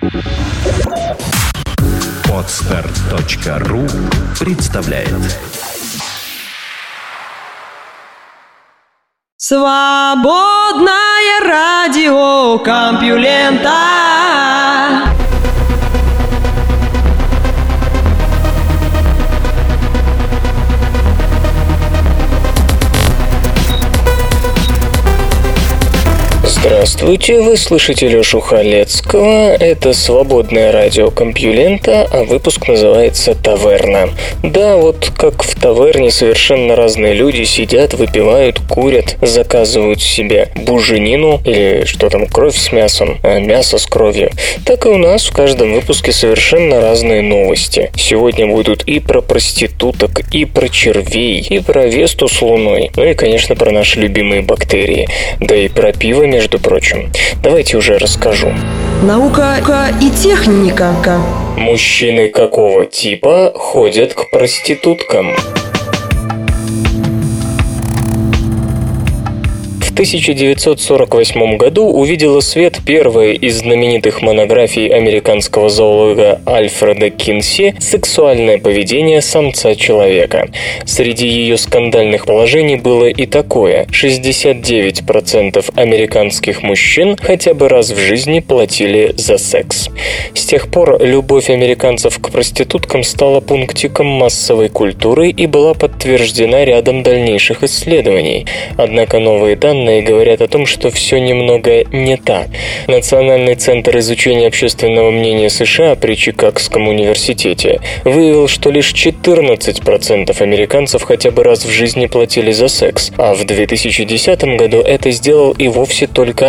Podster.ru представляет. Свободное радио Компьюлента. Здравствуйте, вы слышите Лёшу Халецкого, это свободное радио Компьюлента, а выпуск называется «Таверна». Да, вот как в таверне совершенно разные люди сидят, выпивают, курят, заказывают себе буженину или что там, кровь с мясом, мясо с кровью. Так и у нас в каждом выпуске совершенно разные новости. Сегодня будут и про проституток, и про червей, и про Весту с Луной, ну и, конечно, про наши любимые бактерии, да и про пиво, между прочим. Давайте уже расскажу. Наука и техника. Мужчины какого типа ходят к проституткам? В 1948 году увидела свет первая из знаменитых монографий американского зоолога Альфреда Кинси «Сексуальное поведение самца-человека». Среди ее скандальных положений было и такое: 69% американских мужчин хотя бы раз в жизни платили за секс. С тех пор любовь американцев к проституткам стала пунктиком массовой культуры и была подтверждена рядом дальнейших исследований. Однако новые данные говорят о том, что все немного не так. Национальный центр изучения общественного мнения США при Чикагском университете выявил, что лишь 14% американцев хотя бы раз в жизни платили за секс, а в 2010 году это сделал и вовсе только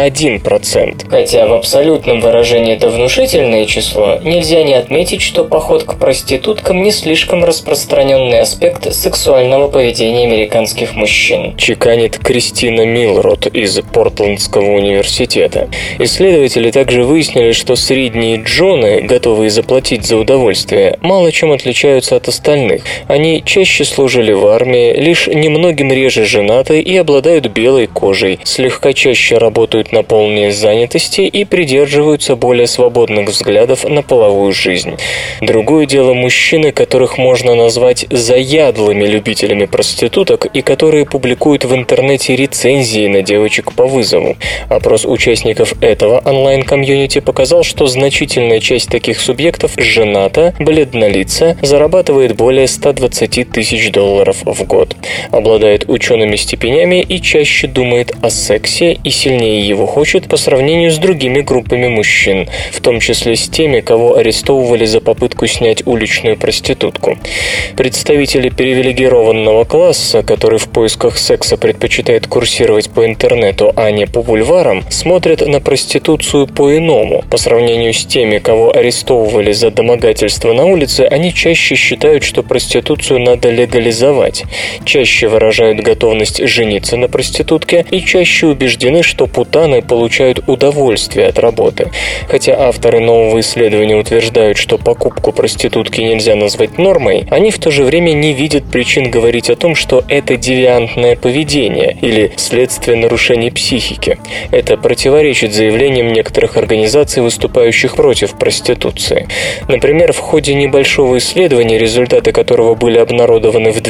1%. Хотя в абсолютном выражении это внушительное число, нельзя не отметить, что поход к проституткам не слишком распространенный аспект сексуального поведения американских мужчин, чеканит Кристина Милрод из Портландского университета. Исследователи также выяснили, что средние джоны, готовые заплатить за удовольствие, мало чем отличаются от остальных. Они чаще служили в армии, лишь немногим реже женаты и обладают белой кожей, слегка чаще работают на полной занятости и придерживаются более свободных взглядов на половую жизнь. Другое дело мужчины, которых можно назвать заядлыми любителями проституток и которые публикуют в интернете рецензии на девочек по вызову. Опрос участников этого онлайн-комьюнити показал, что значительная часть таких субъектов жената, бледнолица, зарабатывает более $120 тысяч в год, обладает учеными степенями и чаще думает о сексе и сильнее его хочет по сравнению с другими группами мужчин, в том числе с теми, кого арестовывали за попытку снять уличную проститутку. Представители привилегированного класса, который в поисках секса предпочитает курсировать по интернету, а не по бульварам, смотрят на проституцию по-иному. По сравнению с теми, кого арестовывали за домогательство на улице, они чаще считают, что проституцию надо легализовать, чаще выражают готовность жениться на проститутке и чаще убеждены, что путаны получают удовольствие от работы. Хотя авторы нового исследования утверждают, что покупку проститутки нельзя назвать нормой, они в то же время не видят причин говорить о том, что это девиантное поведение или следствие нарушений психики. Это противоречит заявлениям некоторых организаций, выступающих против проституции. Например, в ходе небольшого исследования, результаты которого были обнародованы в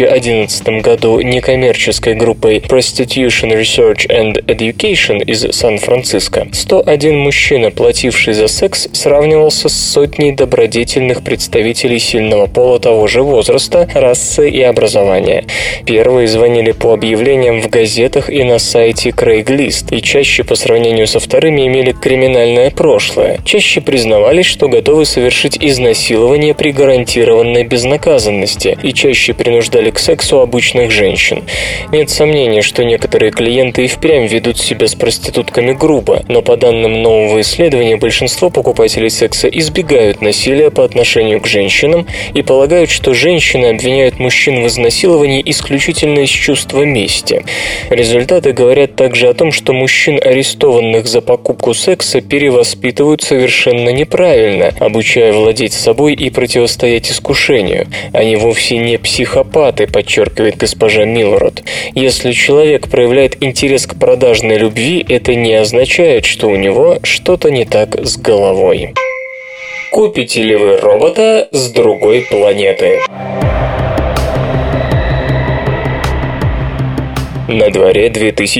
2011 году некоммерческой группой Prostitution Research and Education из Сан-Франциско, 101 мужчина, плативший за секс, сравнивался с сотней добродетельных представителей сильного пола того же возраста, расы и образования. Первые звонили по объявлениям в газетах и на сайте Craigslist, и чаще по сравнению со вторыми имели криминальное прошлое, чаще признавались, что готовы совершить изнасилование при гарантированной безнаказанности, и чаще принуждали к сексу обычных женщин. Нет сомнения, что некоторые клиенты и впрямь ведут себя с проститутками грубо, но по данным нового исследования большинство покупателей секса избегают насилия по отношению к женщинам и полагают, что женщины обвиняют мужчин в изнасиловании исключительно из чувства мести. Результаты говорят также о том, что мужчин, арестованных за покупку секса, перевоспитывают совершенно неправильно, обучая владеть собой и противостоять искушению. Они вовсе не психопаты, подчеркивает госпожа Милрод. Если человек проявляет интерес к продажной любви, это не означает, что у него что-то не так с головой. Купите ли вы робота с другой планеты? На дворе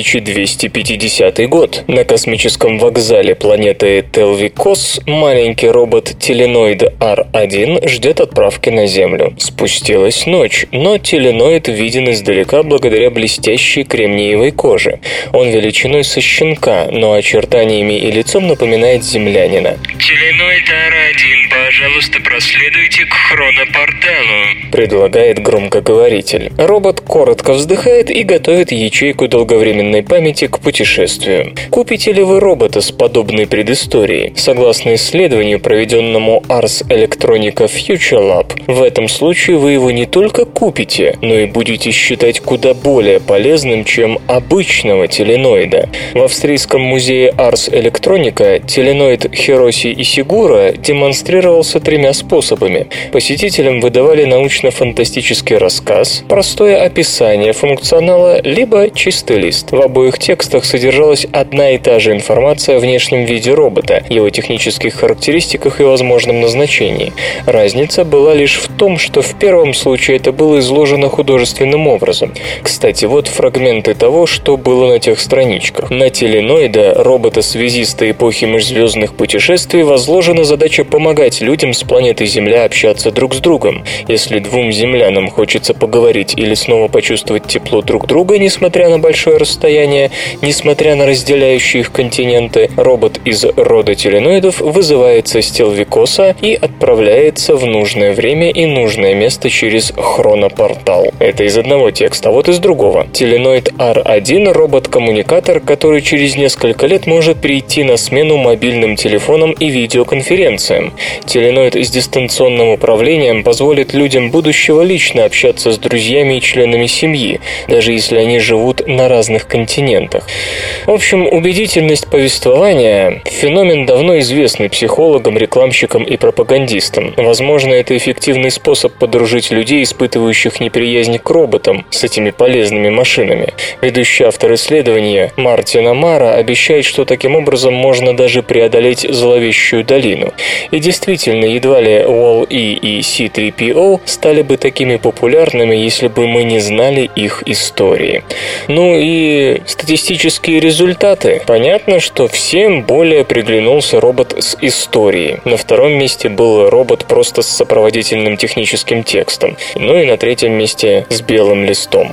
2250 год. На космическом вокзале планеты Телвикос маленький робот Теленоид R1 ждет отправки на Землю. Спустилась ночь, но Теленоид виден издалека благодаря блестящей кремниевой коже. Он величиной со щенка, но очертаниями и лицом напоминает землянина. Теленоид R1, пожалуйста, проследуйте к хронопорталу, предлагает громкоговоритель. Робот коротко вздыхает и готовит ячейку долговременной памяти к путешествию. Купите ли вы робота с подобной предысторией? Согласно исследованию, проведенному Ars Electronica Future Lab, в этом случае вы его не только купите, но и будете считать куда более полезным, чем обычного теленоида. В австрийском музее Ars Electronica теленоид Хироси Исигура демонстрировался 3 способами. Посетителям выдавали научно-фантастический рассказ, простое описание функционала, либо чистый лист. В обоих текстах содержалась одна и та же информация о внешнем виде робота, его технических характеристиках и возможном назначении. Разница была лишь в том, что в первом случае это было изложено художественным образом. Кстати, вот фрагменты того, что было на тех страничках. На теленоида, робота-связиста эпохи межзвездных путешествий, возложена задача помогать людям с планеты Земля общаться друг с другом. Если 2 землянам хочется поговорить или снова почувствовать тепло друг друга, несмотря на большое расстояние, несмотря на разделяющие их континенты, робот из рода теленоидов вызывается с Телвикоса и отправляется в нужное время и нужное место через хронопортал. Это из одного текста, а вот из другого. Теленоид R1 – робот-коммуникатор, который через несколько лет может перейти на смену мобильным телефонам и видеоконференциям. Теленоид с дистанционным управлением позволит людям будущего лично общаться с друзьями и членами семьи, даже если они живут на разных континентах. В общем, убедительность повествования – феномен давно известный психологам, рекламщикам и пропагандистам. Возможно, это эффективный способ подружить людей, испытывающих неприязнь к роботам, с этими полезными машинами. Ведущий автор исследования Мартин Амара обещает, что таким образом можно даже преодолеть зловещую долину. И действительно, едва ли Wall-E и C-3PO стали бы такими популярными, если бы мы не знали их истории. Ну и статистические результаты. Понятно, что всем более приглянулся робот с историей. На втором месте был робот просто с сопроводительным техническим текстом. Ну и на третьем месте с белым листом.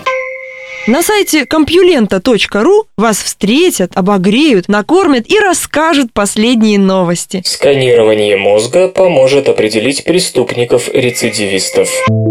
На сайте compulenta.ru вас встретят, обогреют, накормят и расскажут последние новости. Сканирование мозга поможет определить преступников-рецидивистов.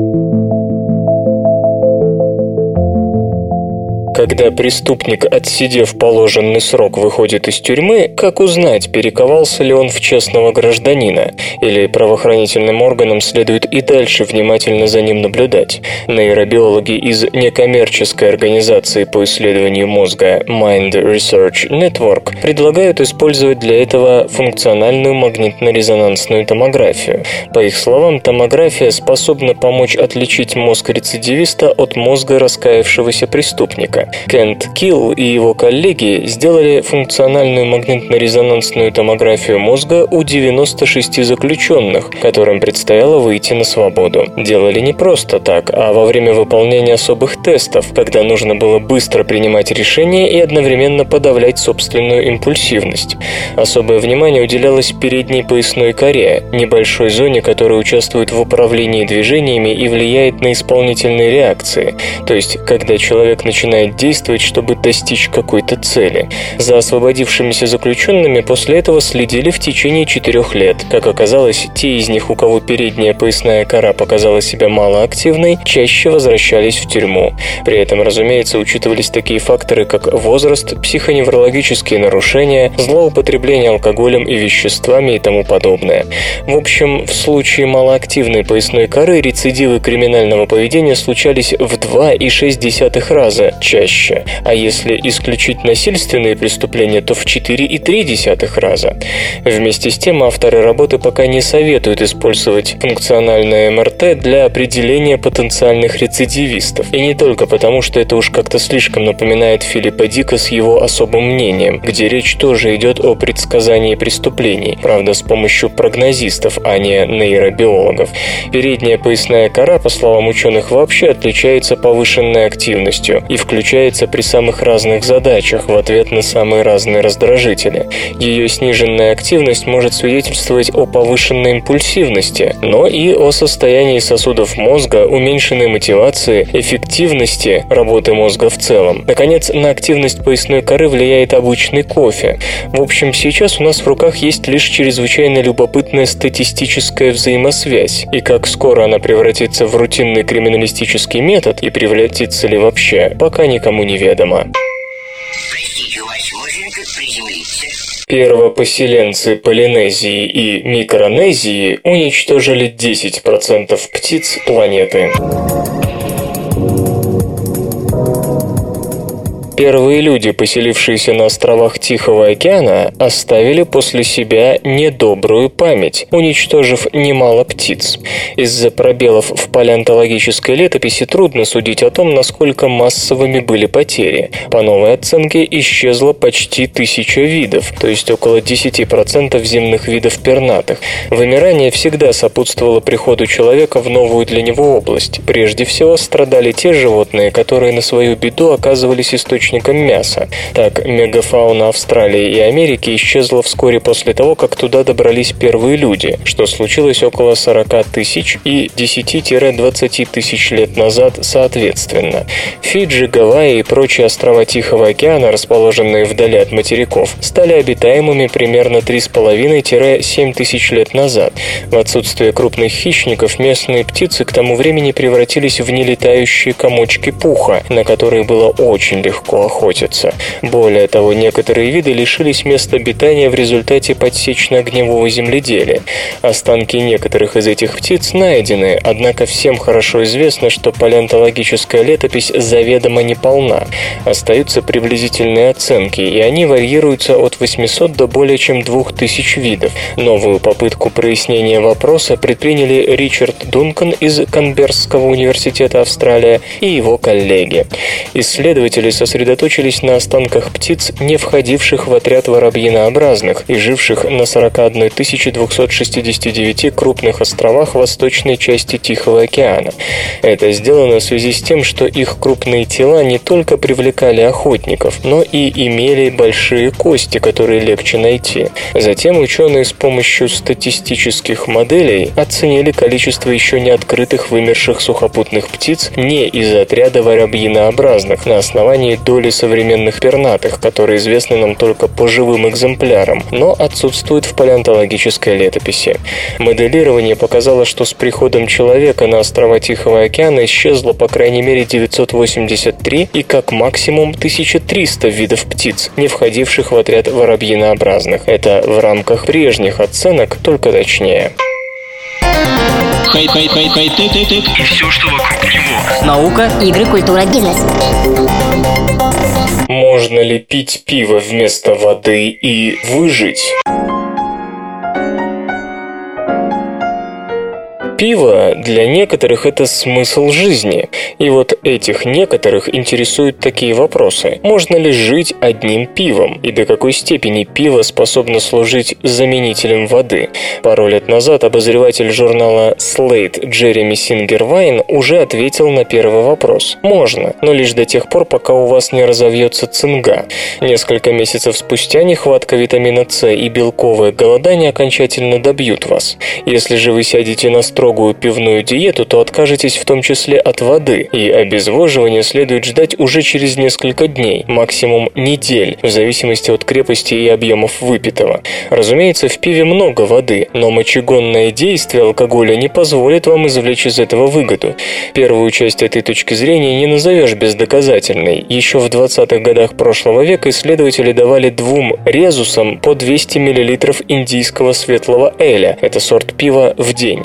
Когда преступник, отсидев положенный срок, выходит из тюрьмы, как узнать, перековался ли он в честного гражданина? Или правоохранительным органам следует и дальше внимательно за ним наблюдать? Нейробиологи из некоммерческой организации по исследованию мозга Mind Research Network предлагают использовать для этого функциональную магнитно-резонансную томографию. По их словам, томография способна помочь отличить мозг рецидивиста от мозга раскаявшегося преступника. Кент Килл и его коллеги сделали функциональную магнитно-резонансную томографию мозга у 96 заключенных, которым предстояло выйти на свободу. Делали не просто так, а во время выполнения особых тестов, когда нужно было быстро принимать решения и одновременно подавлять собственную импульсивность. Особое внимание уделялось передней поясной коре, небольшой зоне, которая участвует в управлении движениями и влияет на исполнительные реакции. То есть, когда человек начинает действовать, чтобы достичь какой-то цели. За освободившимися заключенными после этого следили в течение 4 лет. Как оказалось, те из них, у кого передняя поясная кора показала себя малоактивной, чаще возвращались в тюрьму. При этом, разумеется, учитывались такие факторы, как возраст, психоневрологические нарушения, злоупотребление алкоголем и веществами и тому подобное. В общем, в случае малоактивной поясной коры рецидивы криминального поведения случались в 2,6 раза чаще чаще, а если исключить насильственные преступления, то в 4,3 раза. Вместе с тем, авторы работы пока не советуют использовать функциональное МРТ для определения потенциальных рецидивистов. И не только потому, что это уж как-то слишком напоминает Филиппа Дика с его особым мнением, где речь тоже идет о предсказании преступлений, правда, с помощью прогнозистов, а не нейробиологов. Передняя поясная кора, по словам ученых, вообще отличается повышенной активностью и включается при самых разных задачах в ответ на самые разные раздражители. Ее сниженная активность может свидетельствовать о повышенной импульсивности, но и о состоянии сосудов мозга, уменьшенной мотивации, эффективности работы мозга в целом. Наконец, на активность поясной коры влияет обычный кофе. В общем, сейчас у нас в руках есть лишь чрезвычайно любопытная статистическая взаимосвязь, и как скоро она превратится в рутинный криминалистический метод и превратится ли вообще, пока никому не ведомо. Первопоселенцы Полинезии и Микронезии уничтожили 10% птиц планеты. Первые люди, поселившиеся на островах Тихого океана, оставили после себя недобрую память, уничтожив немало птиц. Из-за пробелов в палеонтологической летописи трудно судить о том, насколько массовыми были потери. По новой оценке исчезло почти 1000 видов, то есть около 10% земных видов пернатых. Вымирание всегда сопутствовало приходу человека в новую для него область. Прежде всего страдали те животные, которые на свою беду оказывались источником мяса. Так, мегафауна Австралии и Америки исчезла вскоре после того, как туда добрались первые люди, что случилось около 40 тысяч и 10-20 тысяч лет назад соответственно. Фиджи, Гавайи и прочие острова Тихого океана, расположенные вдали от материков, стали обитаемыми примерно 3,5-7 тысяч лет назад. В отсутствие крупных хищников местные птицы к тому времени превратились в нелетающие комочки пуха, на которые было очень легко охотиться. Более того, некоторые виды лишились места обитания в результате подсечно-огневого земледелия. Останки некоторых из этих птиц найдены, однако всем хорошо известно, что палеонтологическая летопись заведомо неполна. Остаются приблизительные оценки, и они варьируются от 800 до более чем 2000 видов. Новую попытку прояснения вопроса предприняли Ричард Дункан из Канберрского университета Австралия и его коллеги. Исследователи сосредоточились на останках птиц, не входивших в отряд воробьинообразных и живших на 41 269 крупных островах восточной части Тихого океана. Это сделано в связи с тем, что их крупные тела не только привлекали охотников, но и имели большие кости, которые легче найти. Затем ученые с помощью статистических моделей оценили количество еще не открытых вымерших сухопутных птиц не из отряда воробьинообразных на основании доли современных пернатых, которые известны нам только по живым экземплярам, но отсутствуют в палеонтологической летописи. Моделирование показало, что с приходом человека на острова Тихого океана исчезло по крайней мере 983 и как максимум 1300 видов птиц, не входивших в отряд воробьинообразных. Это в рамках прежних оценок, только точнее. Хай-хай-хай-хай-тык-тык-тык. И все, что вокруг него. Наука, игры, культура, бизнес. Можно ли пить пиво вместо воды и выжить? Пиво для некоторых – это смысл жизни. И вот этих некоторых интересуют такие вопросы. Можно ли жить одним пивом? И до какой степени пиво способно служить заменителем воды? Пару лет назад обозреватель журнала Slate Джереми Сингер-Вайн уже ответил на первый вопрос. Можно, но лишь до тех пор, пока у вас не разовьется цинга. Несколько месяцев спустя нехватка витамина С и белковое голодание окончательно добьют вас. Если же вы сядете на строгую пивную диету, то откажетесь в том числе от воды, и обезвоживание следует ждать уже через несколько дней, максимум недель, в зависимости от крепости и объемов выпитого. Разумеется, в пиве много воды, но мочегонное действие алкоголя не позволит вам извлечь из этого выгоду. Первую часть этой точки зрения не назовешь бездоказательной. Еще в 20-х годах прошлого века исследователи давали 2 резусам по 200 мл индийского светлого эля, это сорт пива, в день, а также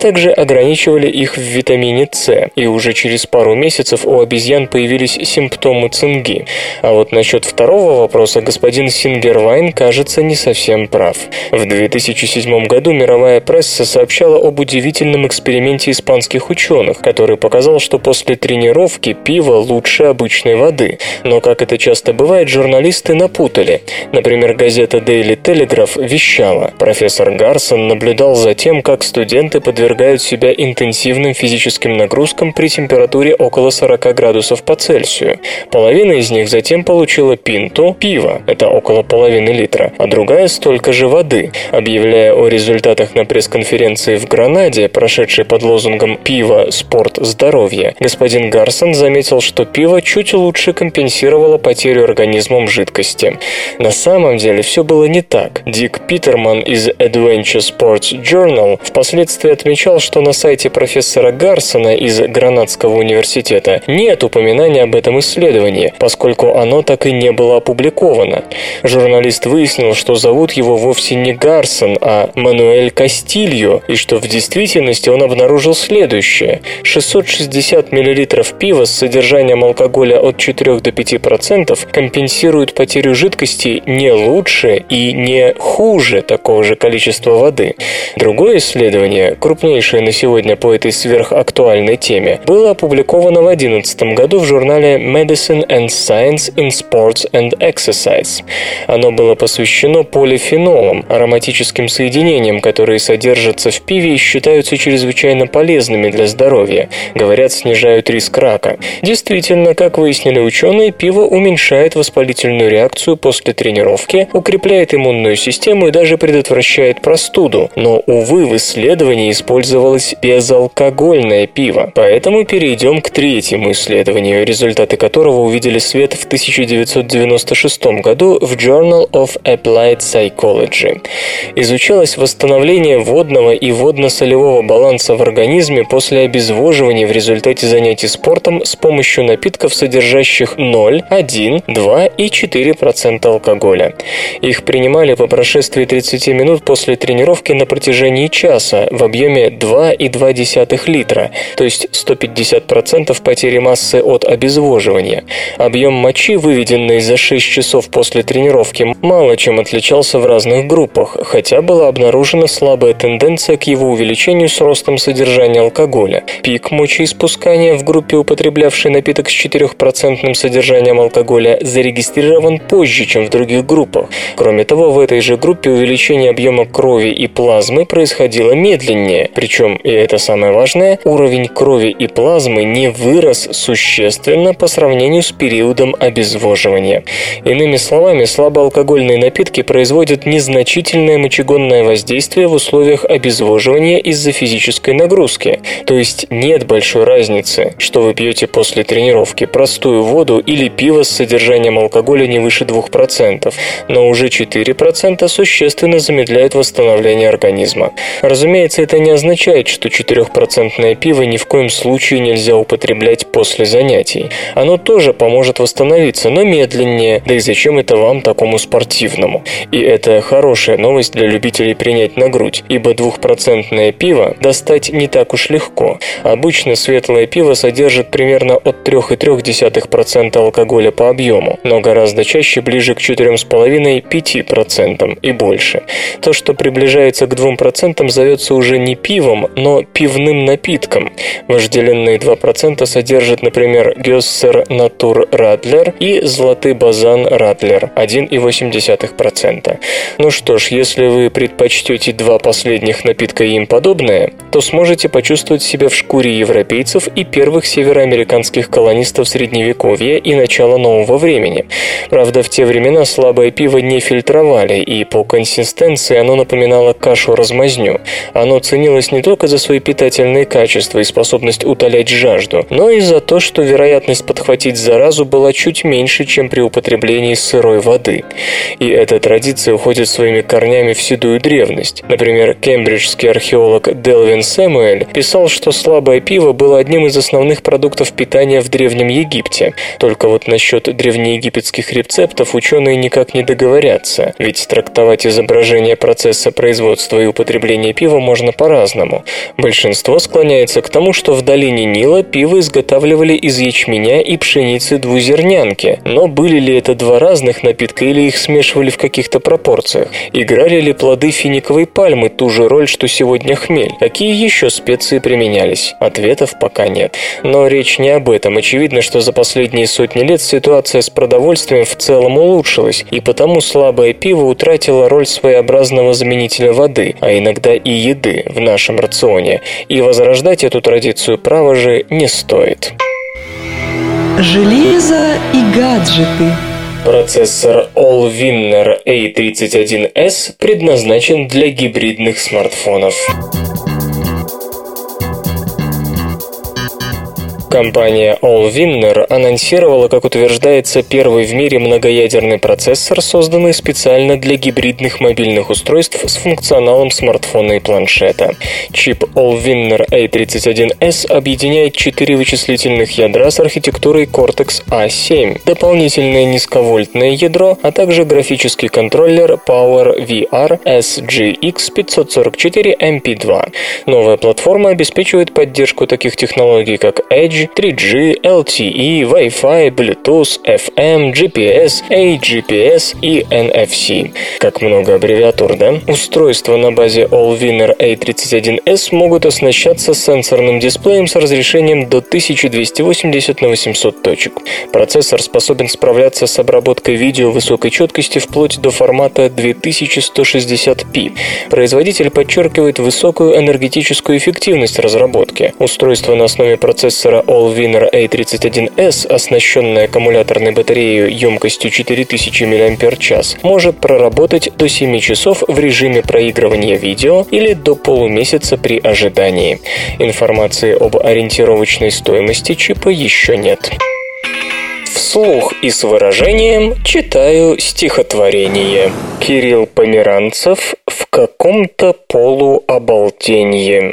также ограничивали их в витамине С, и уже через пару месяцев у обезьян появились симптомы цинги. А вот насчет второго вопроса господин Сингервайн, кажется, не совсем прав. В 2007 году мировая пресса сообщала об удивительном эксперименте испанских ученых, который показал, что после тренировки пиво лучше обычной воды. Но, как это часто бывает, журналисты напутали. Например, газета Daily Telegraph вещала: профессор Гарсон наблюдал за тем, как студенты подвергают себя интенсивным физическим нагрузкам при температуре около 40 градусов по Цельсию. Половина из них затем получила пинту пива, это около половины литра, а другая столько же воды. Объявляя о результатах на пресс-конференции в Гранаде, прошедшей под лозунгом «Пиво, спорт, здоровье», господин Гарсон заметил, что пиво чуть лучше компенсировало потерю организмом жидкости. На самом деле все было не так. Дик Питерман из Adventure Sports Journal впоследствии отмечал, что на сайте профессора Гарсона из Гранадского университета нет упоминания об этом исследовании, поскольку оно так и не было опубликовано. Журналист выяснил, что зовут его вовсе не Гарсон, а Мануэль Кастильо, и что в действительности он обнаружил следующее: 660 мл пива с содержанием алкоголя от 4 до 5% компенсируют потерю жидкости не лучше и не хуже такого же количества воды. Другое исследование, крупнейшее на сегодня по этой сверхактуальной теме, было опубликовано в 2011 году в журнале Medicine and Science in Sports and Exercise. Оно было посвящено полифенолам, ароматическим соединениям, которые содержатся в пиве и считаются чрезвычайно полезными для здоровья. Говорят, снижают риск рака. Действительно, как выяснили ученые, пиво уменьшает воспалительную реакцию после тренировки, укрепляет иммунную систему и даже предотвращает простуду. Но, увы, в исследовании использовалось безалкогольное пиво. Поэтому перейдем к третьему исследованию, результаты которого увидели свет в 1996 году в Journal of Applied Psychology. Изучалось восстановление водного и водно-солевого баланса в организме после обезвоживания в результате занятий спортом с помощью напитков, содержащих 0, 1, 2 и 4% алкоголя. Их принимали по прошествии 30 минут после тренировки на протяжении часа в объеме 2,2 литра, то есть 150% потери массы от обезвоживания. Объем мочи, выведенный за 6 часов после тренировки, мало чем отличался в разных группах, хотя была обнаружена слабая тенденция к его увеличению с ростом содержания алкоголя. Пик мочеиспускания в группе, употреблявшей напиток с 4% содержанием алкоголя, зарегистрирован позже, чем в других группах. Кроме того, в этой же группе увеличение объема крови и плазмы происходило медленнее. Причем, и это самое важное, уровень крови и плазмы не вырос существенно по сравнению с периодом обезвоживания. Иными словами, слабоалкогольные напитки производят незначительное мочегонное воздействие в условиях обезвоживания из-за физической нагрузки. То есть нет большой разницы, что вы пьете после тренировки: простую воду или пиво с содержанием алкоголя не выше 2%, но уже 4% существенно замедляют восстановление организма. Разумеется, это не означает, что 4% пиво ни в коем случае нельзя употреблять после занятий. Оно тоже поможет восстановиться, но медленнее, да и зачем это вам, такому спортивному? И это хорошая новость для любителей принять на грудь, ибо 2% пиво достать не так уж легко. Обычно светлое пиво содержит примерно от 3,3% алкоголя по объему, но гораздо чаще ближе к 4,5-5% и больше. То, что приближается к 2%, зовется уже не пивом, но пивным напитком. Вожделенные 2% содержат, например, Гёссер Натур Радлер и Златый Базан Радлер 1,8%. Ну что ж, если вы предпочтете два последних напитка и им подобное, то сможете почувствовать себя в шкуре европейцев и первых североамериканских колонистов Средневековья и начала нового времени. Правда, в те времена слабое пиво не фильтровали, и по консистенции оно напоминало кашу-размазню. Оно ценилось не только за свои питательные качества и способность утолять жажду, но и за то, что вероятность подхватить заразу была чуть меньше, чем при употреблении сырой воды. И эта традиция уходит своими корнями в седую древность. Например, кембриджский археолог Делвин Сэмюэль писал, что слабое пиво было одним из основных продуктов питания в Древнем Египте. Только вот насчет древнеегипетских рецептов ученые никак не договорятся, ведь трактовать изображение процесса производства и употребления пива можно по-разному. по-разному. Большинство склоняется к тому, что в долине Нила пиво изготавливали из ячменя и пшеницы двузернянки, но были ли это два разных напитка или их смешивали в каких-то пропорциях? Играли ли плоды финиковой пальмы ту же роль, что сегодня хмель? Какие еще специи применялись? Ответов пока нет. Но речь не об этом. Очевидно, что за последние сотни лет ситуация с продовольствием в целом улучшилась, и потому слабое пиво утратило роль своеобразного заменителя воды, а иногда и еды в нашем рационе. И возрождать эту традицию, право же, не стоит. Железо и гаджеты. Процессор Allwinner A31S предназначен для гибридных смартфонов. Компания Allwinner анонсировала, как утверждается, первый в мире многоядерный процессор, созданный специально для гибридных мобильных устройств с функционалом смартфона и планшета. Чип Allwinner A31S объединяет 4 вычислительных ядра с архитектурой Cortex-A7, дополнительное низковольтное ядро, а также графический контроллер PowerVR SGX544MP2. Новая платформа обеспечивает поддержку таких технологий, как Edge, 3G, LTE, Wi-Fi, Bluetooth, FM, GPS, AGPS и NFC. Как много аббревиатур, да? Устройства на базе Allwinner A31S могут оснащаться сенсорным дисплеем с разрешением до 1280 на 800 точек. Процессор способен справляться с обработкой видео высокой четкости вплоть до формата 2160p. Производитель подчеркивает высокую энергетическую эффективность разработки. Устройство на основе процессора Allwinner A31S, оснащенное аккумуляторной батареей емкостью 4000 мАч, может проработать до 7 часов в режиме проигрывания видео или до полумесяца при ожидании. Информации об ориентировочной стоимости чипа еще нет. Вслух и с выражением читаю стихотворение. Кирилл Померанцев в каком-то полуобалденье.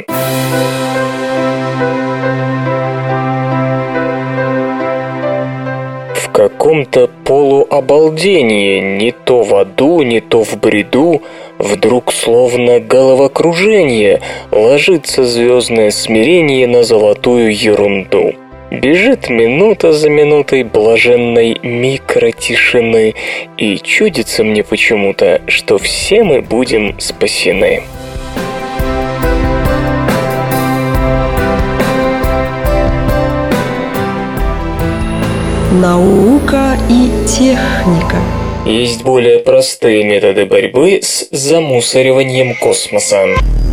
В каком-то полуобалдении, не то в аду, не то в бреду, вдруг словно головокружение ложится звездное смирение на золотую ерунду. Бежит минута за минутой блаженной микротишины, и чудится мне почему-то, что все мы будем спасены. Наука и техника. Есть более простые методы борьбы с замусориванием космоса.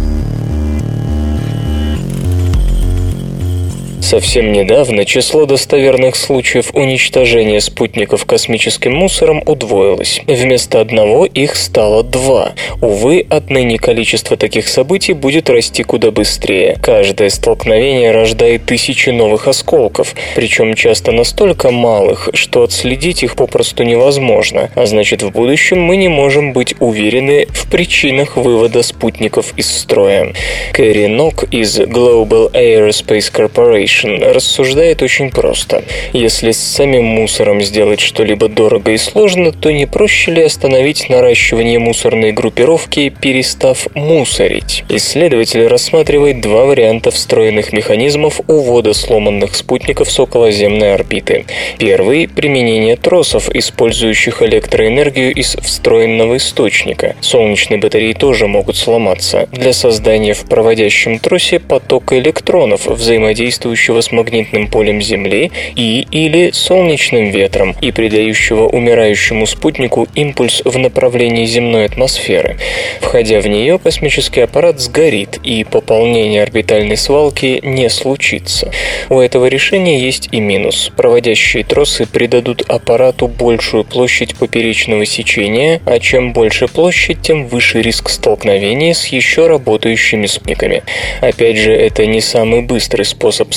Совсем недавно число достоверных случаев уничтожения спутников космическим мусором удвоилось. Вместо одного их стало 2. Увы, отныне количество таких событий будет расти куда быстрее. Каждое столкновение рождает тысячи новых осколков, причем часто настолько малых, что отследить их попросту невозможно, а значит в будущем мы не можем быть уверены в причинах вывода спутников из строя. Кэрри Нок из Global Aerospace Corporation рассуждает очень просто. Если с самим мусором сделать что-либо дорого и сложно, то не проще ли остановить наращивание мусорной группировки, перестав мусорить? Исследователь рассматривает 2 варианта встроенных механизмов увода сломанных спутников с околоземной орбиты. Первый – применение тросов, использующих электроэнергию из встроенного источника. Солнечные батареи тоже могут сломаться. Для создания в проводящем тросе потока электронов, взаимодействующего с магнитным полем Земли или солнечным ветром и придающего умирающему спутнику импульс в направлении земной атмосферы. Входя в нее, космический аппарат сгорит, и пополнение орбитальной свалки не случится. У этого решения есть и минус. Проводящие тросы придадут аппарату большую площадь поперечного сечения, а чем больше площадь, тем выше риск столкновения с еще работающими спутниками. Опять же, это не самый быстрый способ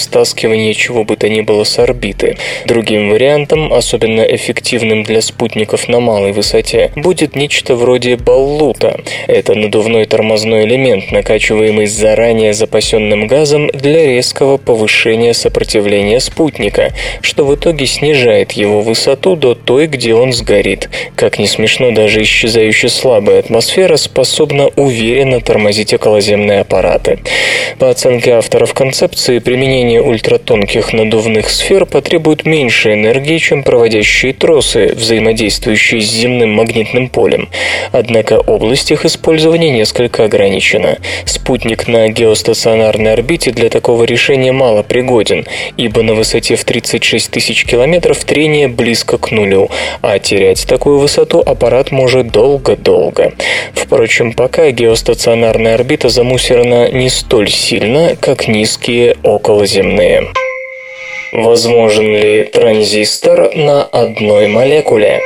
стаскивания чего бы то ни было с орбиты. Другим вариантом, особенно эффективным для спутников на малой высоте, будет нечто вроде баллута. Это надувной тормозной элемент, накачиваемый заранее запасенным газом для резкого повышения сопротивления спутника, что в итоге снижает его высоту до той, где он сгорит. Как ни смешно, даже исчезающая слабая атмосфера способна уверенно тормозить околоземные аппараты. По оценке авторов концепции, применение ультратонких надувных сфер потребует меньше энергии, чем проводящие тросы, взаимодействующие с земным магнитным полем. Однако область их использования несколько ограничена. Спутник на геостационарной орбите для такого решения мало пригоден, ибо на высоте в 36 тысяч километров трение близко к нулю, а терять такую высоту аппарат может долго-долго. Впрочем, пока геостационарная орбита замусорена не столь сильно, как низкие околоземные. Возможен ли транзистор на одной молекуле?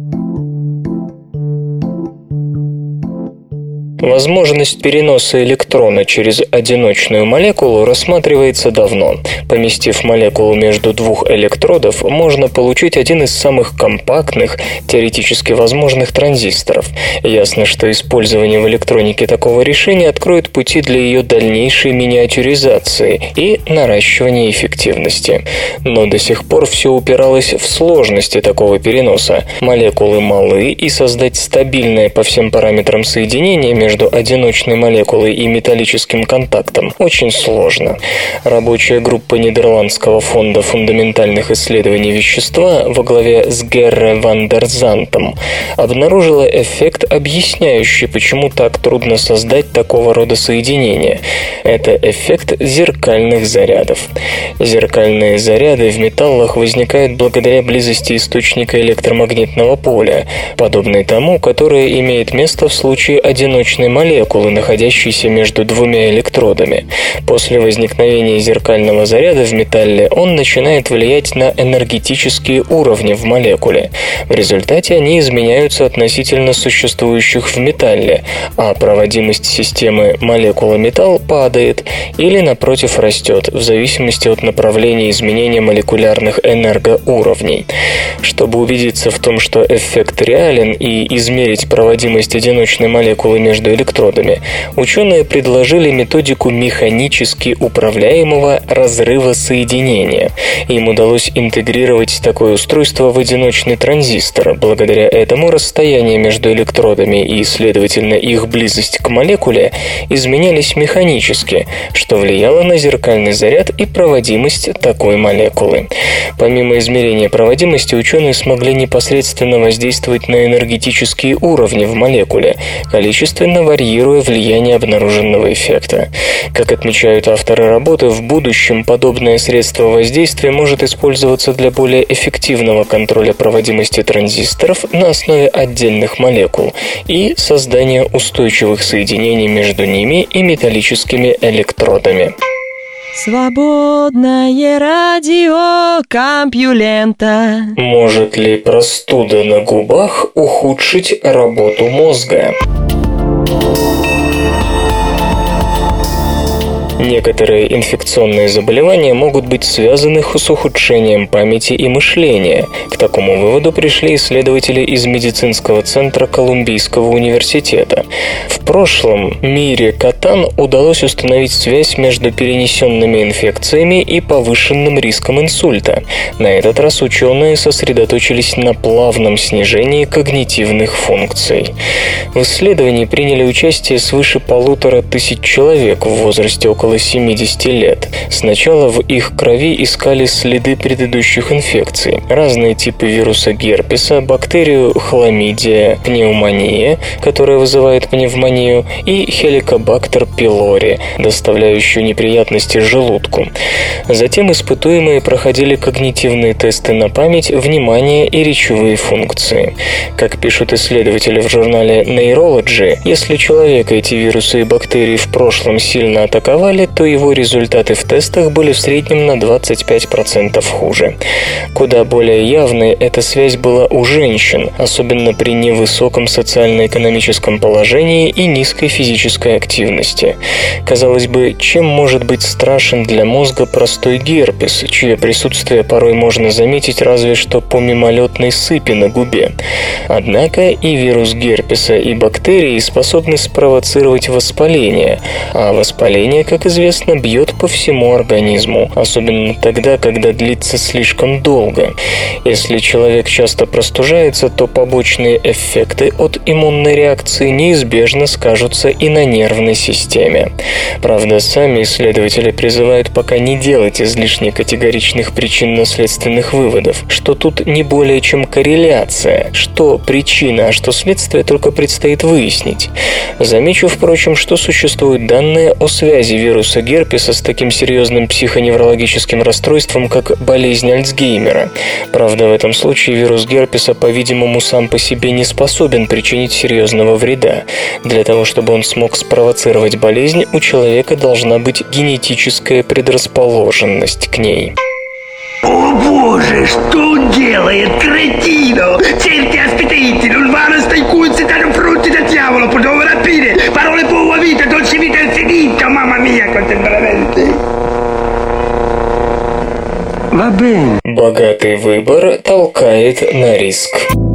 Возможность переноса электрона через одиночную молекулу рассматривается давно. Поместив молекулу между двух электродов, можно получить один из самых компактных, теоретически возможных транзисторов. Ясно, что использование в электронике такого решения откроет пути для ее дальнейшей миниатюризации и наращивания эффективности. Но до сих пор все упиралось в сложности такого переноса. Молекулы малы, и создать стабильное по всем параметрам соединение между одиночной молекулой и металлическим контактом очень сложно. Рабочая группа Нидерландского фонда фундаментальных исследований вещества во главе с Герре ван дер Зантом обнаружила эффект, объясняющий, почему так трудно создать такого рода соединения. Это эффект зеркальных зарядов. Зеркальные заряды в металлах возникают благодаря близости источника электромагнитного поля, подобный тому, которое имеет место в случае одиночной молекулы, находящейся между двумя электродами. После возникновения зеркального заряда в металле он начинает влиять на энергетические уровни в молекуле. В результате они изменяются относительно существующих в металле, а проводимость системы молекула-металл падает или, напротив, растет, в зависимости от направления изменения молекулярных энергоуровней. Чтобы убедиться в том, что эффект реален, и измерить проводимость одиночной молекулы между электродами, ученые предложили методику механически управляемого разрыва соединения. Им удалось интегрировать такое устройство в одиночный транзистор. Благодаря этому расстояние между электродами и, следовательно, их близость к молекуле изменялись механически, что влияло на зеркальный заряд и проводимость такой молекулы. Помимо измерения проводимости, ученые смогли непосредственно воздействовать на энергетические уровни в молекуле, количественно варьируя влияние обнаруженного эффекта. Как отмечают авторы работы, в будущем подобное средство воздействия может использоваться для более эффективного контроля проводимости транзисторов на основе отдельных молекул и создания устойчивых соединений между ними и металлическими электродами. Свободное радио Компьюлента. Может ли простуда на губах ухудшить работу мозга? Некоторые инфекционные заболевания могут быть связаны с ухудшением памяти и мышления. К такому выводу пришли исследователи из медицинского центра Колумбийского университета. В прошлом Мире Катан удалось установить связь между перенесенными инфекциями и повышенным риском инсульта. На этот раз ученые сосредоточились на плавном снижении когнитивных функций. В исследовании приняли участие свыше 1500 человек в возрасте около 70 лет. Сначала в их крови искали следы предыдущих инфекций. Разные типы вируса герпеса, бактерию хламидия, пневмония, которая вызывает пневмонию, и хеликобактер пилори, доставляющую неприятности желудку. Затем испытуемые проходили когнитивные тесты на память, внимание и речевые функции. Как пишут исследователи в журнале Neurology, если человека эти вирусы и бактерии в прошлом сильно атаковали, то его результаты в тестах были в среднем на 25% хуже. Куда более явной эта связь была у женщин, особенно при невысоком социально-экономическом положении и низкой физической активности. Казалось бы, чем может быть страшен для мозга простой герпес, чье присутствие порой можно заметить разве что по мимолетной сыпи на губе. Однако и вирус герпеса, и бактерии способны спровоцировать воспаление, а воспаление, как известно, бьет по всему организму, особенно тогда, когда длится слишком долго. Если человек часто простужается, то побочные эффекты от иммунной реакции неизбежно скажутся и на нервной системе. Правда, сами исследователи призывают пока не делать излишне категоричных причинно-следственных выводов, что тут не более чем корреляция, что причина, а что следствие только предстоит выяснить. Замечу, впрочем, что существуют данные о связи вируса герпеса с таким серьезным психоневрологическим расстройством, как болезнь Альцгеймера. Правда, в этом случае вирус герпеса, по-видимому, сам по себе не способен причинить серьезного вреда. Для того, чтобы он смог спровоцировать болезнь, у человека должна быть генетическая предрасположенность к ней. О боже, что он делает, кретino! Certi aspettiti, non vanno stai cuzzi, danno frutti del diavolo, potevo rapire, parole buona vita, dolce vita infinita, mamma mia, quanto è veramente... Va bene. Богатый выбор толкает на риск.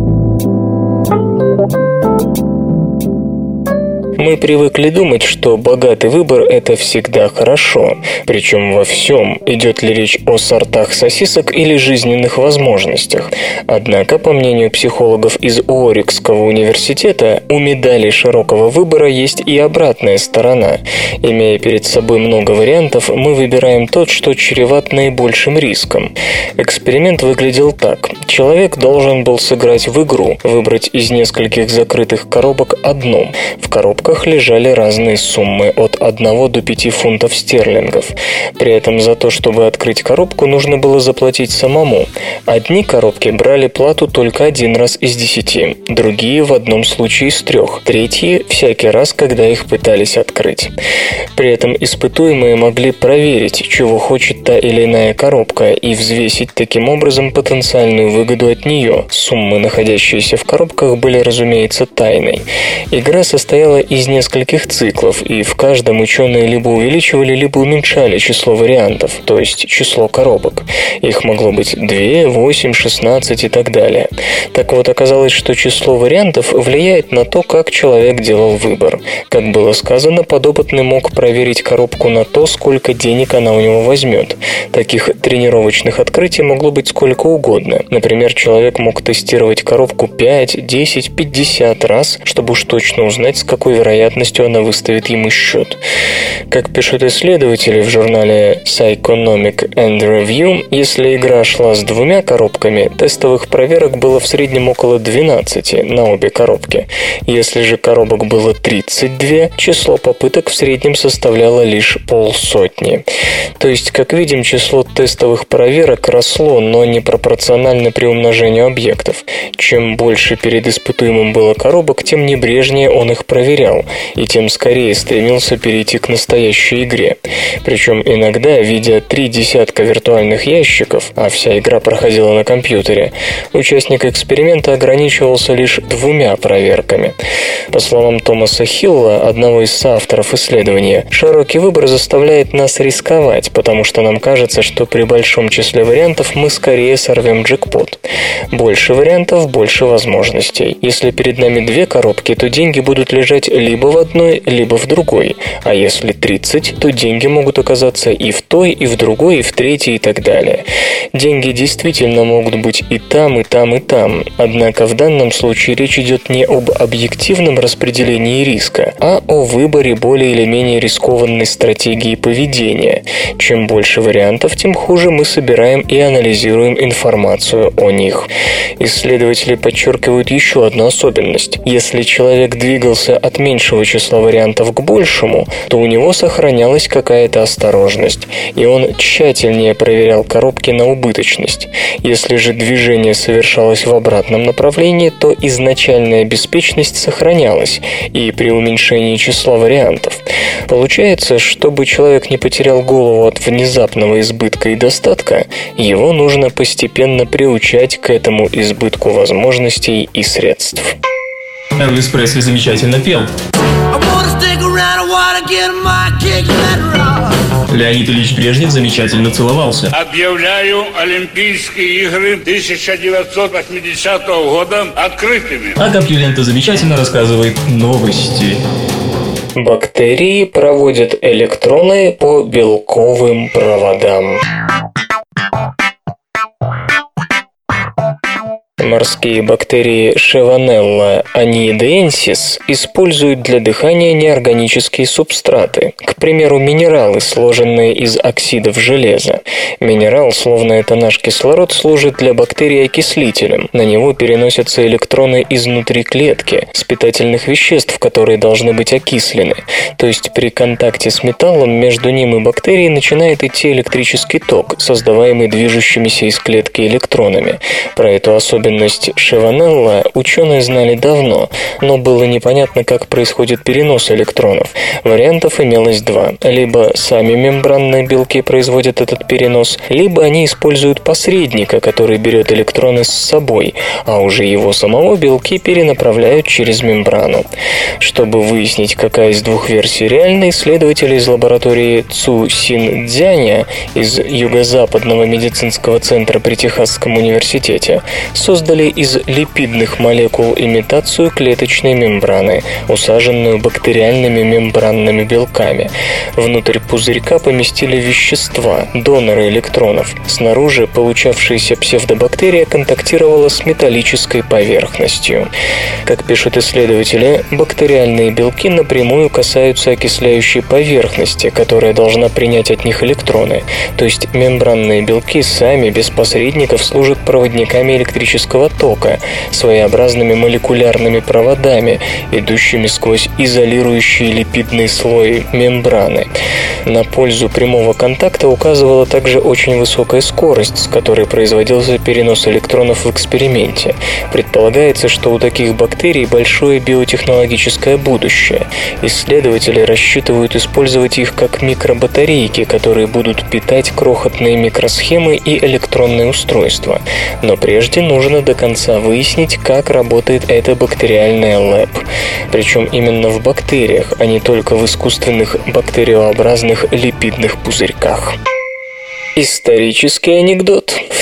Мы привыкли думать, что богатый выбор – это всегда хорошо. Причем во всем, идет ли речь о сортах сосисок или жизненных возможностях. Однако, по мнению психологов из Уорикского университета, у медали широкого выбора есть и обратная сторона. Имея перед собой много вариантов, мы выбираем тот, что чреват наибольшим риском. Эксперимент выглядел так. Человек должен был сыграть в игру, выбрать из нескольких закрытых коробок одну. В коробках лежали разные суммы от 1 до 5 фунтов стерлингов. При этом за то, чтобы открыть коробку, нужно было заплатить самому. Одни коробки брали плату только 1 раз из 10, другие в одном случае из 3, третьи всякий раз, когда их пытались открыть. При этом испытуемые могли проверить, чего хочет та или иная коробка, и взвесить таким образом потенциальную выгоду от нее. Суммы, находящиеся в коробках, были, разумеется, тайной. Игра состояла из нескольких циклов, и в каждом ученые либо увеличивали, либо уменьшали число вариантов, то есть число коробок. Их могло быть 2, 8, 16 и так далее. Так вот, оказалось, что число вариантов влияет на то, как человек делал выбор. Как было сказано, подопытный мог проверить коробку на то, сколько денег она у него возьмет. Таких тренировочных открытий могло быть сколько угодно. Например, человек мог тестировать коробку 5, 10, 50 раз, чтобы уж точно узнать, с какой вероятностью она выставит ему счет. Как пишут исследователи в журнале Psychonomic and Review, если игра шла с 2 коробками, тестовых проверок было в среднем около 12 на обе коробки. Если же коробок было 32, число попыток в среднем составляло лишь 50. То есть, как видим, число тестовых проверок росло, но не пропорционально при умножению объектов. Чем больше перед испытуемым было коробок, тем небрежнее он их проверял, и тем скорее стремился перейти к настоящей игре. Причем иногда, видя 3 десятка виртуальных ящиков, а вся игра проходила на компьютере, участник эксперимента ограничивался лишь 2 проверками. По словам Томаса Хилла, одного из соавторов исследования, широкий выбор заставляет нас рисковать, потому что нам кажется, что при большом числе вариантов мы скорее сорвем джекпот. Больше вариантов, больше возможностей. Если перед нами 2 коробки, то деньги будут лежать либо в одной, либо в другой. А если 30, то деньги могут оказаться и в той, и в другой, и в третьей, и так далее. Деньги действительно могут быть и там, и там, и там. Однако в данном случае речь идет не об объективном распределении риска, а о выборе более или менее рискованной стратегии поведения. Чем больше вариантов, тем хуже мы собираем и анализируем информацию о них. Исследователи подчеркивают еще одну особенность. Если человек двигался от меньшего числа вариантов к большему, то у него сохранялась какая-то осторожность, и он тщательнее проверял коробки на убыточность. Если же движение совершалось в обратном направлении, то изначальная беспечность сохранялась и при уменьшении числа вариантов. Получается, чтобы человек не потерял голову от внезапного избытка и достатка, его нужно постепенно приучать к этому избытку возможностей и средств. Элвис Пресли замечательно пел. Леонид Ильич Брежнев замечательно целовался. Объявляю Олимпийские игры 1980 года открытыми. А Компьюлента замечательно рассказывает новости. Бактерии проводят электроны по белковым проводам. Морские бактерии Шеванелла анииденсис используют для дыхания неорганические субстраты, к примеру, минералы, сложенные из оксидов железа. Минерал, словно это наш кислород, служит для бактерий окислителем. На него переносятся электроны изнутри клетки, с питательных веществ, которые должны быть окислены. То есть при контакте с металлом между ним и бактерией начинает идти электрический ток, создаваемый движущимися из клетки электронами. Про эту особенность Шеванелла ученые знали давно, но было непонятно, как происходит перенос электронов. Вариантов имелось два. Либо сами мембранные белки производят этот перенос, либо они используют посредника, который берет электроны с собой, а уже его самого белки перенаправляют через мембрану. Чтобы выяснить, какая из двух версий реальна, исследователи из лаборатории Цу-Син-Дзяня из Юго-Западного медицинского центра при Техасском университете создали из липидных молекул имитацию клеточной мембраны, усаженную бактериальными мембранными белками. Внутрь пузырька поместили вещества, доноры электронов. Снаружи получавшаяся псевдобактерия контактировала с металлической поверхностью. Как пишут исследователи, бактериальные белки напрямую касаются окисляющей поверхности, которая должна принять от них электроны. То есть мембранные белки сами без посредников служат проводниками электрического тока, своеобразными молекулярными проводами, идущими сквозь изолирующий липидный слой мембраны. На пользу прямого контакта указывала также очень высокая скорость, с которой производился перенос электронов в эксперименте. Предполагается, что у таких бактерий большое биотехнологическое будущее. Исследователи рассчитывают использовать их как микробатарейки, которые будут питать крохотные микросхемы и электронные устройства. Но прежде нужно до конца выяснить, как работает эта бактериальная ЛЭП. Причем именно в бактериях, а не только в искусственных бактериообразных липидных пузырьках. Исторический анекдот. В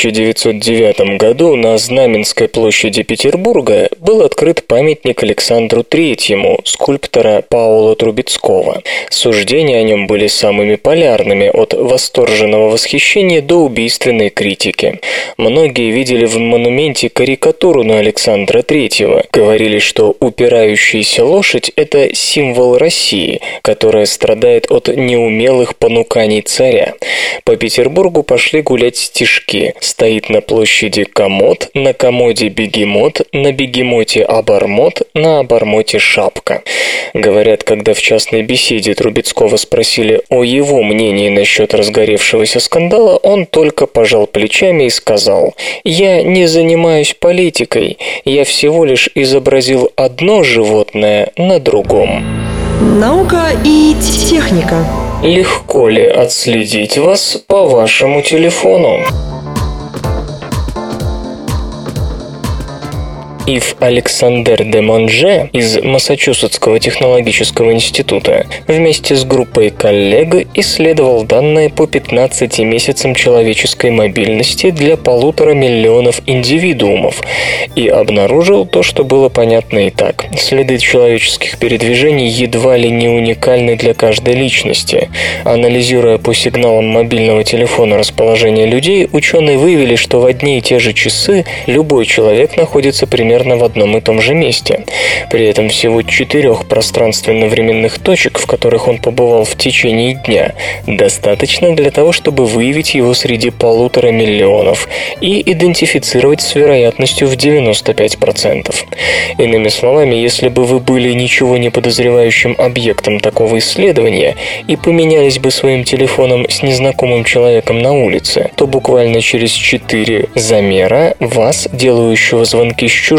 1909 году на Знаменской площади Петербурга был открыт памятник Александру III, скульптора Паула Трубецкого. Суждения о нем были самыми полярными, от восторженного восхищения до убийственной критики. Многие видели в монументе карикатуру на Александра III. Говорили, что упирающаяся лошадь – это символ России, которая страдает от неумелых понуканий царя. По Петербургу пошли гулять стишки. Стоит на площади комод, на комоде бегемот, на бегемоте обормот, на обормоте шапка. Говорят, когда в частной беседе Трубецкого спросили о его мнении насчет разгоревшегося скандала, он только пожал плечами и сказал: «Я не занимаюсь политикой, я всего лишь изобразил одно животное на другом». Наука и техника. Легко ли отследить вас по вашему телефону? Ив Александер де Монже из Массачусетского технологического института вместе с группой коллег исследовал данные по 15 месяцам человеческой мобильности для 1,5 миллиона индивидуумов и обнаружил то, что было понятно и так. Следы человеческих передвижений едва ли не уникальны для каждой личности. Анализируя по сигналам мобильного телефона расположение людей, ученые выявили, что в одни и те же часы любой человек находится примерно в одном и том же месте. При этом всего 4 пространственно-временных точек, в которых он побывал в течение дня, достаточно для того, чтобы выявить его среди 1,5 миллиона и идентифицировать с вероятностью в 95%. Иными словами, если бы вы были ничего не подозревающим объектом такого исследования и поменялись бы своим телефоном с незнакомым человеком на улице, то буквально через 4 замера вас, делающего звонки с чужого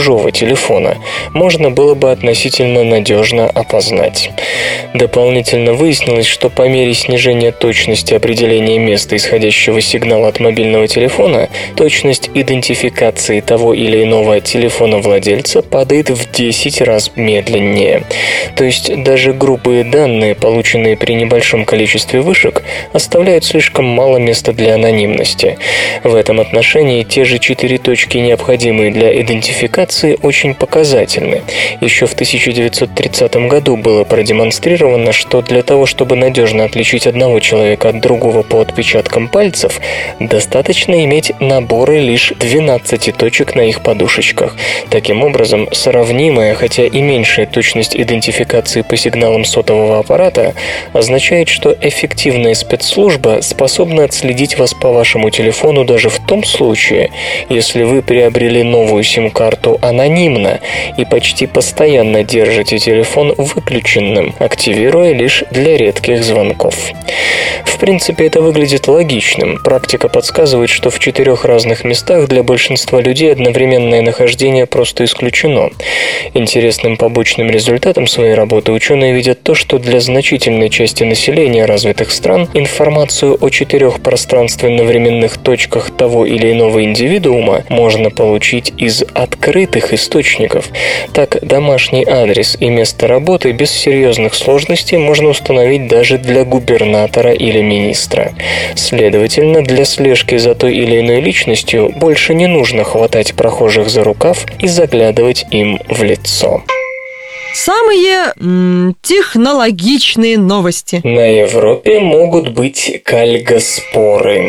чужого телефона, можно было бы относительно надежно опознать. Дополнительно выяснилось, что по мере снижения точности определения места исходящего сигнала от мобильного телефона, точность идентификации того или иного телефона владельца падает в 10 раз медленнее. То есть даже грубые данные, полученные при небольшом количестве вышек, оставляют слишком мало места для анонимности. В этом отношении те же 4 точки, необходимые для идентификации, очень показательны. Еще в 1930 году было продемонстрировано, что для того, чтобы надежно отличить одного человека от другого по отпечаткам пальцев, достаточно иметь наборы лишь 12 точек на их подушечках. Таким образом, сравнимая, хотя и меньшая точность идентификации по сигналам сотового аппарата означает, что эффективная спецслужба способна отследить вас по вашему телефону даже в том случае, если вы приобрели новую сим-карту анонимно и почти постоянно держите телефон выключенным, активируя лишь для редких звонков. В принципе, это выглядит логичным. Практика подсказывает, что в 4 разных местах для большинства людей одновременное нахождение просто исключено. Интересным побочным результатом своей работы ученые видят то, что для значительной части населения развитых стран информацию о 4 пространственно-временных точках того или иного индивидуума можно получить из открытых источников. Так, домашний адрес и место работы без серьезных сложностей можно установить даже для губернатора или министра. Следовательно, для слежки за той или иной личностью больше не нужно хватать прохожих за рукав и заглядывать им в лицо. Самые технологичные новости. На Европе могут быть кальгоспоры.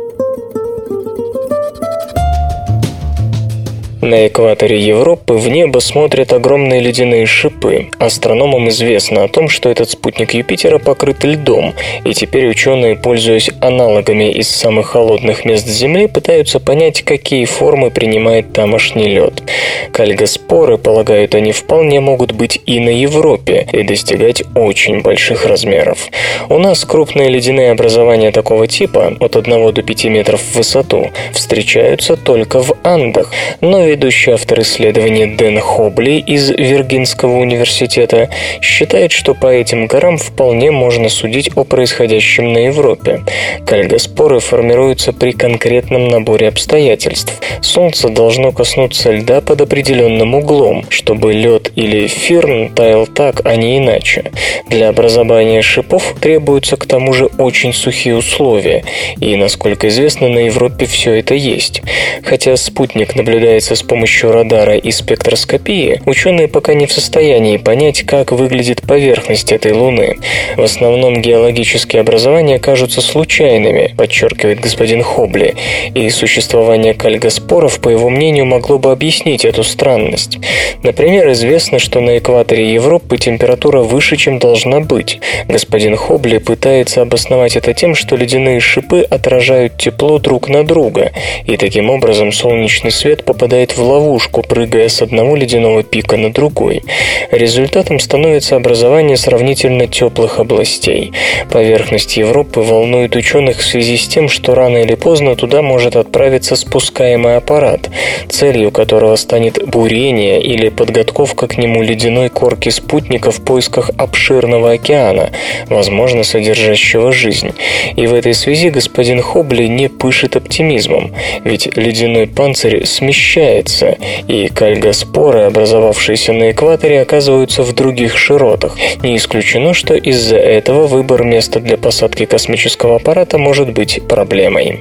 На экваторе Европы в небо смотрят огромные ледяные шипы. Астрономам известно о том, что этот спутник Юпитера покрыт льдом, и теперь ученые, пользуясь аналогами из самых холодных мест Земли, пытаются понять, какие формы принимает тамошний лед. Кальгоспоры, полагают они, вполне могут быть и на Европе и достигать очень больших размеров. У нас крупные ледяные образования такого типа, от 1 до 5 метров в высоту, встречаются только в Андах, но ведущий автор исследования Дэн Хобли из Виргинского университета считает, что по этим горам вполне можно судить о происходящем на Европе. Кальгоспоры формируются при конкретном наборе обстоятельств. Солнце должно коснуться льда под определенным углом, чтобы лед или фирн таял так, а не иначе. Для образования шипов требуются к тому же очень сухие условия, и, насколько известно, на Европе все это есть. Хотя спутник наблюдается с помощью радара и спектроскопии, ученые пока не в состоянии понять, как выглядит поверхность этой Луны. В основном геологические образования кажутся случайными, подчеркивает господин Хобли, и существование кальгоспоров, по его мнению, могло бы объяснить эту странность. Например, известно, что на экваторе Европы температура выше, чем должна быть. Господин Хобли пытается обосновать это тем, что ледяные шипы отражают тепло друг на друга, и таким образом солнечный свет попадает в ловушку, прыгая с одного ледяного пика на другой. Результатом становится образование сравнительно теплых областей. Поверхность Европы волнует ученых в связи с тем, что рано или поздно туда может отправиться спускаемый аппарат, целью которого станет бурение или подготовка к нему ледяной корки спутника в поисках обширного океана, возможно, содержащего жизнь. И в этой связи господин Хобли не пышет оптимизмом, ведь ледяной панцирь смещается, и кальгоспоры, образовавшиеся на экваторе, оказываются в других широтах. Не исключено, что из-за этого выбор места для посадки космического аппарата может быть проблемой.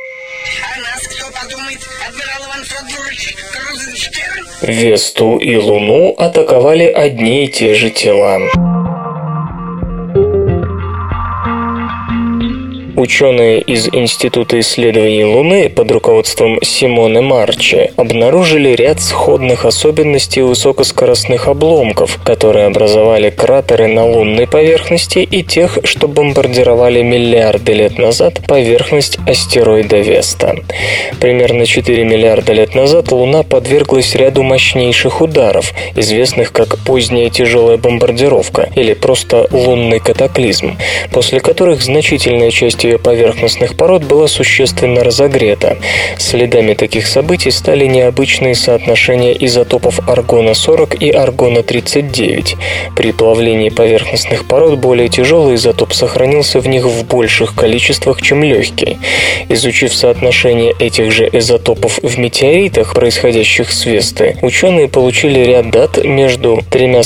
Весту и Луну атаковали одни и те же тела. Ученые из Института исследований Луны под руководством Симоне Марчи обнаружили ряд сходных особенностей высокоскоростных обломков, которые образовали кратеры на лунной поверхности и тех, что бомбардировали миллиарды лет назад поверхность астероида Веста. Примерно 4 миллиарда лет назад Луна подверглась ряду мощнейших ударов, известных как поздняя тяжелая бомбардировка или просто лунный катаклизм, после которых значительная часть скорость ее поверхностных пород была существенно разогрета. Следами таких событий стали необычные соотношения изотопов аргона-40 и аргона-39. При плавлении поверхностных пород более тяжелый изотоп сохранился в них в больших количествах, чем легкий. Изучив соотношение этих же изотопов в метеоритах, происходящих с Весты, ученые получили ряд дат между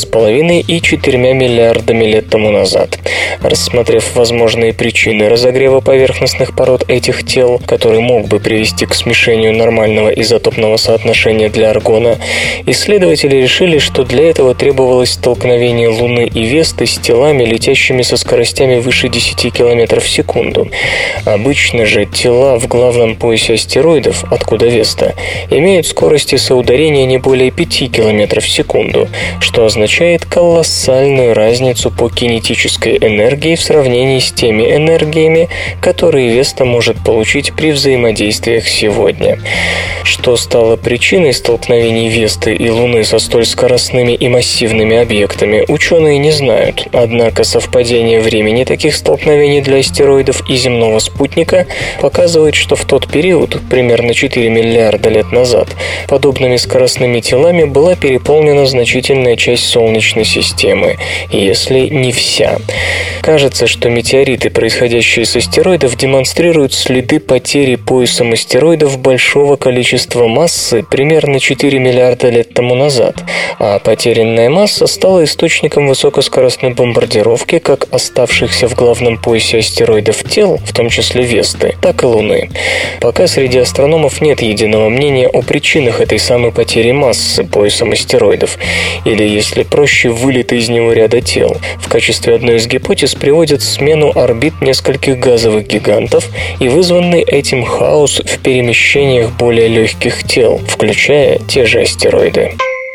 3,5 и 4 миллиардами лет тому назад. Рассмотрев возможные причины разогрева поверхностных пород этих тел, который мог бы привести к смешению нормального изотопного соотношения для аргона, исследователи решили, что для этого требовалось столкновение Луны и Весты с телами, летящими со скоростями выше 10 км в секунду. Обычно же тела в главном поясе астероидов, откуда Веста, имеют скорости соударения не более 5 км в секунду, что означает колоссальную разницу по кинетической энергии в сравнении с теми энергиями, которые Веста может получить при взаимодействиях сегодня. Что стало причиной столкновений Весты и Луны со столь скоростными и массивными объектами, ученые не знают, однако совпадение времени таких столкновений для астероидов и земного спутника показывает, что в тот период, примерно 4 миллиарда лет назад, подобными скоростными телами была переполнена значительная часть Солнечной системы, если не вся. Кажется, что метеориты, происходящие с астероидов, демонстрируют следы потери поясом астероидов большого количества массы примерно 4 миллиарда лет тому назад, а потерянная масса стала источником высокоскоростной бомбардировки как оставшихся в главном поясе астероидов тел, в том числе Весты, так и Луны. Пока среди астрономов нет единого мнения о причинах этой самой потери массы поясом астероидов, или, если проще, вылета из него ряда тел. В качестве одной из гипотез приводят смену орбит нескольких газовых гигантов и вызванный этим хаос в перемещениях более легких тел, включая те же астероиды.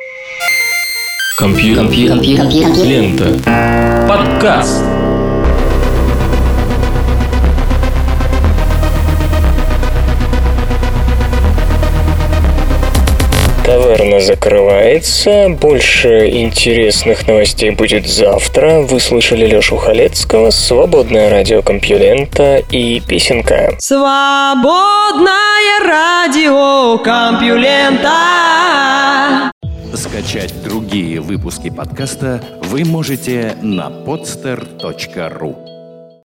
Лента. Подкаст. Таверна закрывается. Больше интересных новостей будет завтра. Вы слышали Лешу Халецкого, Свободное радио Компьюлента и песенка. Свободное радио Компьюлента. Скачать другие выпуски подкаста вы можете на podster.ru.